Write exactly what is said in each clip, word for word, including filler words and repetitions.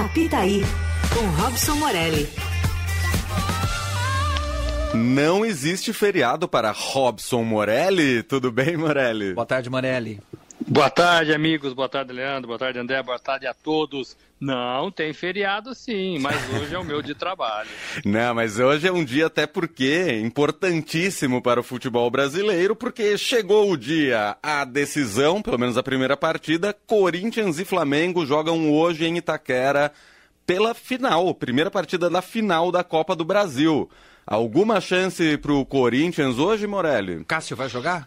Apita aí, com Robson Morelli. Não existe feriado para Robson Morelli. Tudo bem, Morelli? Boa tarde, Morelli. Boa tarde, amigos. Boa tarde, Leandro. Boa tarde, André. Boa tarde a todos. Não, tem feriado sim, mas hoje é o meu de trabalho. Não, mas hoje é um dia até porque importantíssimo para o futebol brasileiro, porque chegou o dia, a decisão, pelo menos a primeira partida, Corinthians e Flamengo jogam hoje em Itaquera pela final, primeira partida da final da Copa do Brasil. Alguma chance para o Corinthians hoje, Morelli? Cássio vai jogar?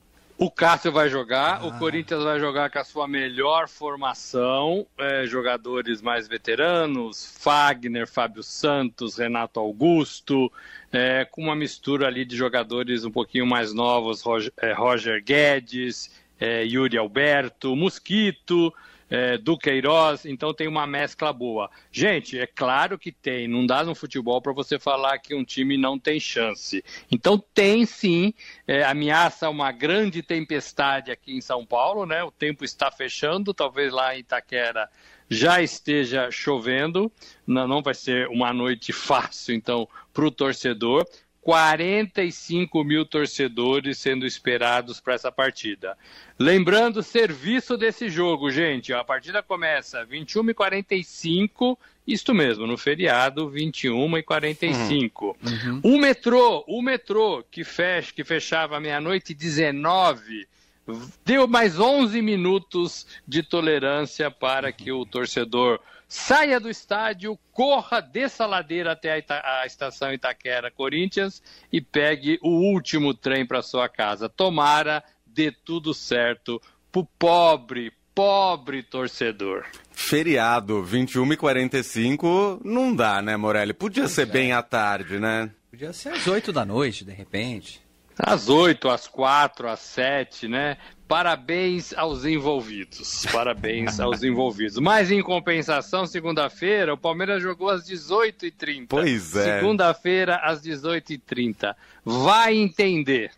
O Cássio vai jogar, ah. o Corinthians vai jogar com a sua melhor formação, é, jogadores mais veteranos, Fagner, Fábio Santos, Renato Augusto, é, com uma mistura ali de jogadores um pouquinho mais novos, Roger, é, Roger Guedes, é, Yuri Alberto, Mosquito, É, Duqueiroz, então tem uma mescla boa. Gente, é claro que tem, não dá no futebol para você falar que um time não tem chance. Então tem sim, é, ameaça uma grande tempestade aqui em São Paulo, né? O tempo está fechando, talvez lá em Itaquera já esteja chovendo, não, não vai ser uma noite fácil, então, para o torcedor. quarenta e cinco mil torcedores sendo esperados para essa partida. Lembrando o serviço desse jogo, gente, a partida começa vinte e uma e quarenta e cinco, isto mesmo, no feriado, vinte e uma e quarenta e cinco. Uhum. O metrô, o metrô que, fecha, que fechava meia-noite e dezenove, deu mais onze minutos de tolerância para que o torcedor saia do estádio, corra, desça a ladeira até a, Ita- a estação Itaquera Corinthians e pegue o último trem para sua casa. Tomara dê tudo certo pro pobre, pobre torcedor. Feriado, vinte e uma e quarenta e cinco, não dá, né, Morelli? Podia pois ser é. bem à tarde, né? Podia ser às oito da noite, de repente. Às oito, às quatro, às sete, né? Parabéns aos envolvidos. Parabéns aos envolvidos. Mas, em compensação, segunda-feira, o Palmeiras jogou às dezoito e trinta. Pois é. Segunda-feira, às dezoito e trinta. Vai entender.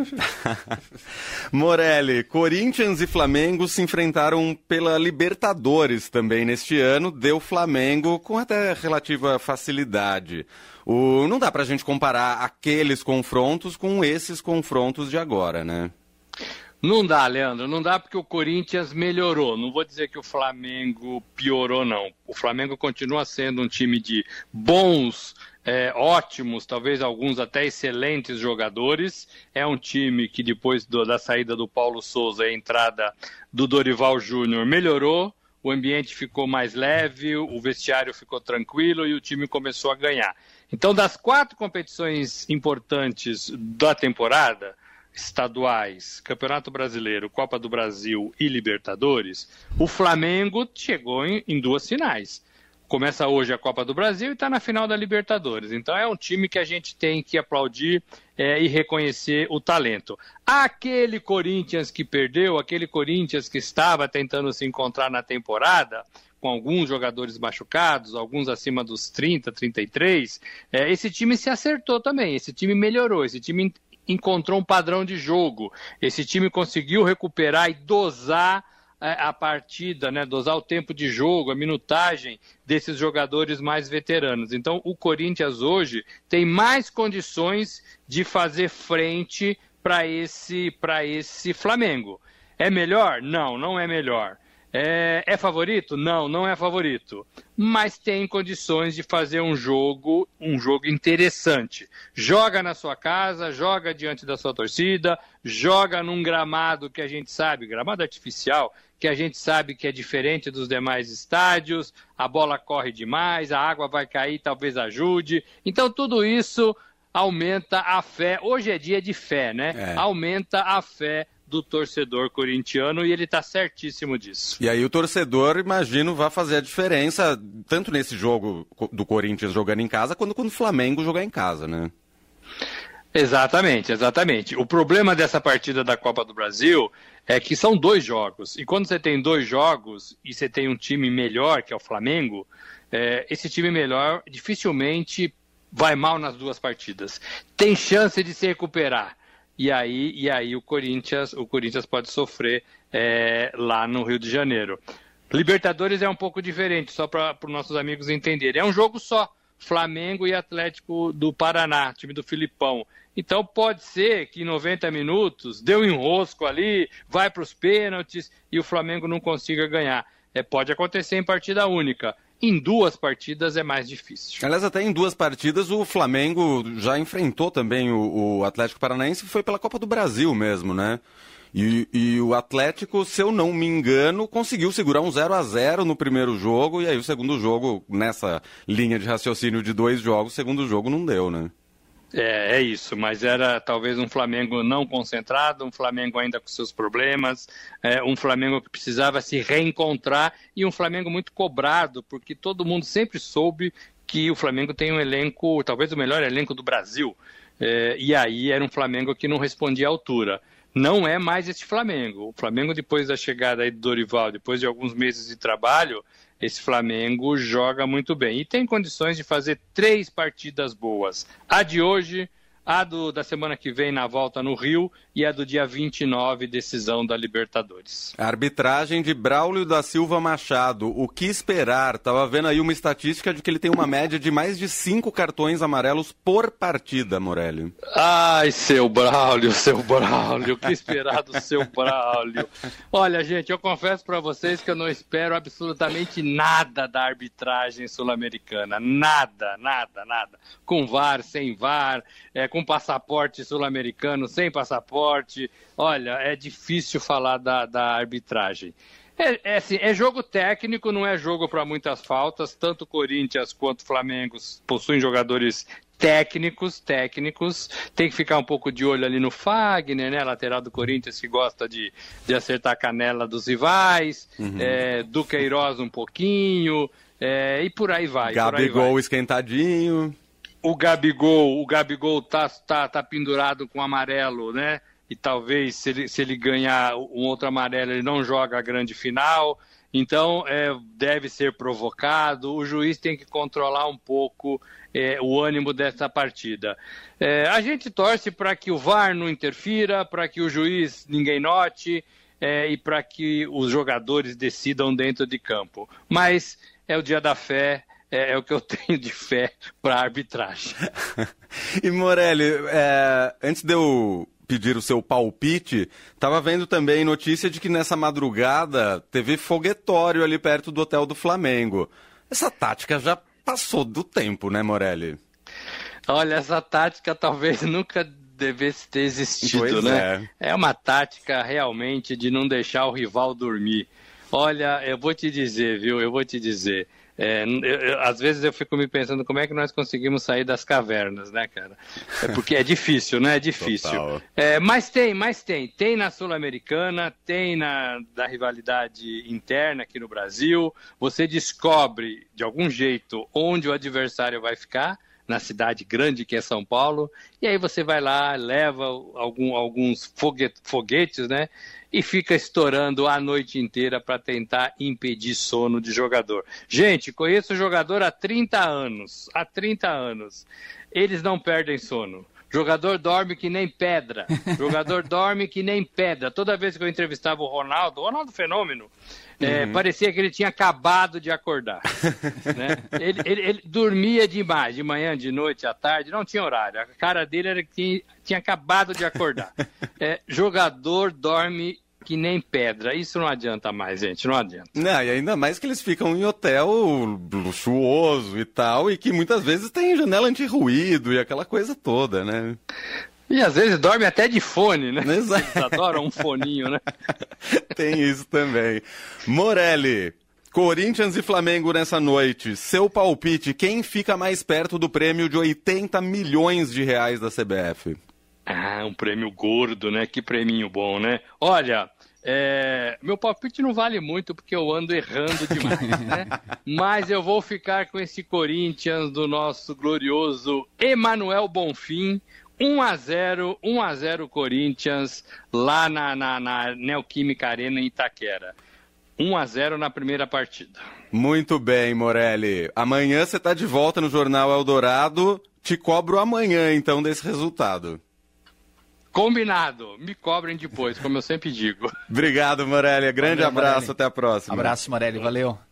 Morelli, Corinthians e Flamengo se enfrentaram pela Libertadores também neste ano. Deu Flamengo com até relativa facilidade. O... Não dá pra gente comparar aqueles confrontos com esses confrontos de agora, né? Não dá, Leandro, não dá porque o Corinthians melhorou. Não vou dizer que o Flamengo piorou, não. O Flamengo continua sendo um time de bons, é, ótimos, talvez alguns até excelentes jogadores. É um time que depois do, da saída do Paulo Souza e a entrada do Dorival Júnior melhorou. O ambiente ficou mais leve, o vestiário ficou tranquilo e o time começou a ganhar. Então, das quatro competições importantes da temporada, estaduais, Campeonato Brasileiro, Copa do Brasil e Libertadores, o Flamengo chegou em, em duas finais. Começa hoje a Copa do Brasil e está na final da Libertadores. Então é um time que a gente tem que aplaudir é, e reconhecer o talento. Aquele Corinthians que perdeu, aquele Corinthians que estava tentando se encontrar na temporada, com alguns jogadores machucados, alguns acima dos trinta, trinta e três, é, esse time se acertou também, esse time melhorou, esse time encontrou um padrão de jogo. Esse time conseguiu recuperar e dosar a partida, né? Dosar o tempo de jogo, a minutagem desses jogadores mais veteranos. Então, o Corinthians hoje tem mais condições de fazer frente para esse, para esse Flamengo. É melhor? Não, não é melhor. É, é favorito? Não, não é favorito. Mas tem condições de fazer um jogo, um jogo interessante. Joga na sua casa, joga diante da sua torcida, joga num gramado que a gente sabe, gramado artificial, que a gente sabe que é diferente dos demais estádios, a bola corre demais, a água vai cair, talvez ajude. Então tudo isso aumenta a fé. Hoje é dia de fé, né? É. Aumenta a fé do torcedor corintiano e ele está certíssimo disso. E aí o torcedor, imagino, vai fazer a diferença tanto nesse jogo do Corinthians jogando em casa, quanto quando o Flamengo jogar em casa, né? Exatamente, exatamente. O problema dessa partida da Copa do Brasil é que são dois jogos. E quando você tem dois jogos e você tem um time melhor, que é o Flamengo, é, esse time melhor dificilmente vai mal nas duas partidas. Tem chance de se recuperar. E aí, e aí o, Corinthians, o Corinthians pode sofrer é, lá no Rio de Janeiro. Libertadores é um pouco diferente, só para os nossos amigos entenderem. É um jogo só, Flamengo e Atlético do Paraná, time do Filipão. Então pode ser que em noventa minutos dê um enrosco ali, vai para os pênaltis e o Flamengo não consiga ganhar. É, pode acontecer em partida única. Em duas partidas é mais difícil. Aliás, até em duas partidas o Flamengo já enfrentou também o, o Atlético Paranaense, foi pela Copa do Brasil mesmo, né? E, e o Atlético, se eu não me engano, conseguiu segurar um zero a zero no primeiro jogo, e aí o segundo jogo, nessa linha de raciocínio de dois jogos, o segundo jogo não deu, né? É, é isso, mas era talvez um Flamengo não concentrado, um Flamengo ainda com seus problemas, é, um Flamengo que precisava se reencontrar e um Flamengo muito cobrado, porque todo mundo sempre soube que o Flamengo tem um elenco, talvez o melhor elenco do Brasil, é, e aí era um Flamengo que não respondia à altura. Não é mais este Flamengo. O Flamengo, depois da chegada aí do Dorival, depois de alguns meses de trabalho, esse Flamengo joga muito bem. E tem condições de fazer três partidas boas. A de hoje, a do, da semana que vem na volta no Rio e a do dia vinte e nove, decisão da Libertadores. A arbitragem de Braulio da Silva Machado. O que esperar? Estava vendo aí uma estatística de que ele tem uma média de mais de cinco cartões amarelos por partida, Morelli. Ai, seu Braulio, seu Braulio, o que esperar do seu Braulio? Olha, gente, eu confesso para vocês que eu não espero absolutamente nada da arbitragem sul-americana. Nada, nada, nada. Com V A R, sem V A R, é, com passaporte sul-americano, sem passaporte. Olha, é difícil falar da, da arbitragem. É, é, assim, é jogo técnico, não é jogo para muitas faltas. Tanto Corinthians quanto Flamengo possuem jogadores técnicos, técnicos. Tem que ficar um pouco de olho ali no Fagner, né? Lateral do Corinthians, que gosta de, de acertar a canela dos rivais. Uhum. É, do Queiroz um pouquinho. É, e por aí vai. Gabigol esquentadinho. O Gabigol, o Gabigol tá, tá, tá pendurado com amarelo, né? E talvez, se ele, se ele ganhar um outro amarelo, ele não joga a grande final. Então, é, deve ser provocado. O juiz tem que controlar um pouco é, o ânimo dessa partida. É, a gente torce para que o V A R não interfira, para que o juiz ninguém note é, e para que os jogadores decidam dentro de campo. Mas é o dia da fé. É, é o que eu tenho de fé para a arbitragem. E Morelli, é, antes de eu pedir o seu palpite, estava vendo também notícia de que nessa madrugada teve foguetório ali perto do hotel do Flamengo. Essa tática já passou do tempo, né, Morelli? Olha, essa tática talvez nunca devesse ter existido, pois né? É. É uma tática realmente de não deixar o rival dormir. Olha, eu vou te dizer, viu? Eu vou te dizer. É, eu, eu, às vezes eu fico me pensando como é que nós conseguimos sair das cavernas, né, cara? É porque é difícil, né? É difícil. É, mas tem, mas tem. Tem na Sul-Americana, tem na da rivalidade interna aqui no Brasil. Você descobre, de algum jeito, onde o adversário vai ficar, na cidade grande que é São Paulo, e aí você vai lá, leva algum, alguns foguetes, né? E fica estourando a noite inteira para tentar impedir sono de jogador. Gente, conheço jogador há trinta anos. Há trinta anos. Eles não perdem sono. Jogador dorme que nem pedra. Jogador dorme que nem pedra. Toda vez que eu entrevistava o Ronaldo, o Ronaldo Fenômeno, uhum. é, parecia que ele tinha acabado de acordar. Né? ele, ele, ele dormia demais, de manhã, de noite, à tarde, não tinha horário. A cara dele era que tinha, tinha acabado de acordar. É, jogador dorme que nem pedra. Isso não adianta mais, gente, não adianta. Não, e ainda mais que eles ficam em hotel luxuoso e tal, e que muitas vezes tem janela anti-ruído e aquela coisa toda, né? E às vezes dorme até de fone, né? Exato. Eles adoram um foninho, né? Tem isso também. Morelli, Corinthians e Flamengo nessa noite. Seu palpite, quem fica mais perto do prêmio de oitenta milhões de reais da C B F? Ah, um prêmio gordo, né? Que prêmio bom, né? Olha, é... meu palpite não vale muito porque eu ando errando demais, né? Mas eu vou ficar com esse Corinthians do nosso glorioso Emanuel Bonfim. um a zero, um a zero Corinthians lá na, na, na Neoquímica Arena em Itaquera. um a zero na primeira partida. Muito bem, Morelli. Amanhã você está de volta no Jornal Eldorado. Te cobro amanhã, então, desse resultado. Combinado. Me cobrem depois, como eu sempre digo. Obrigado, Morelli. Grande Valeu, abraço, Morelli. até a próxima. Abraço, Morelli. Valeu.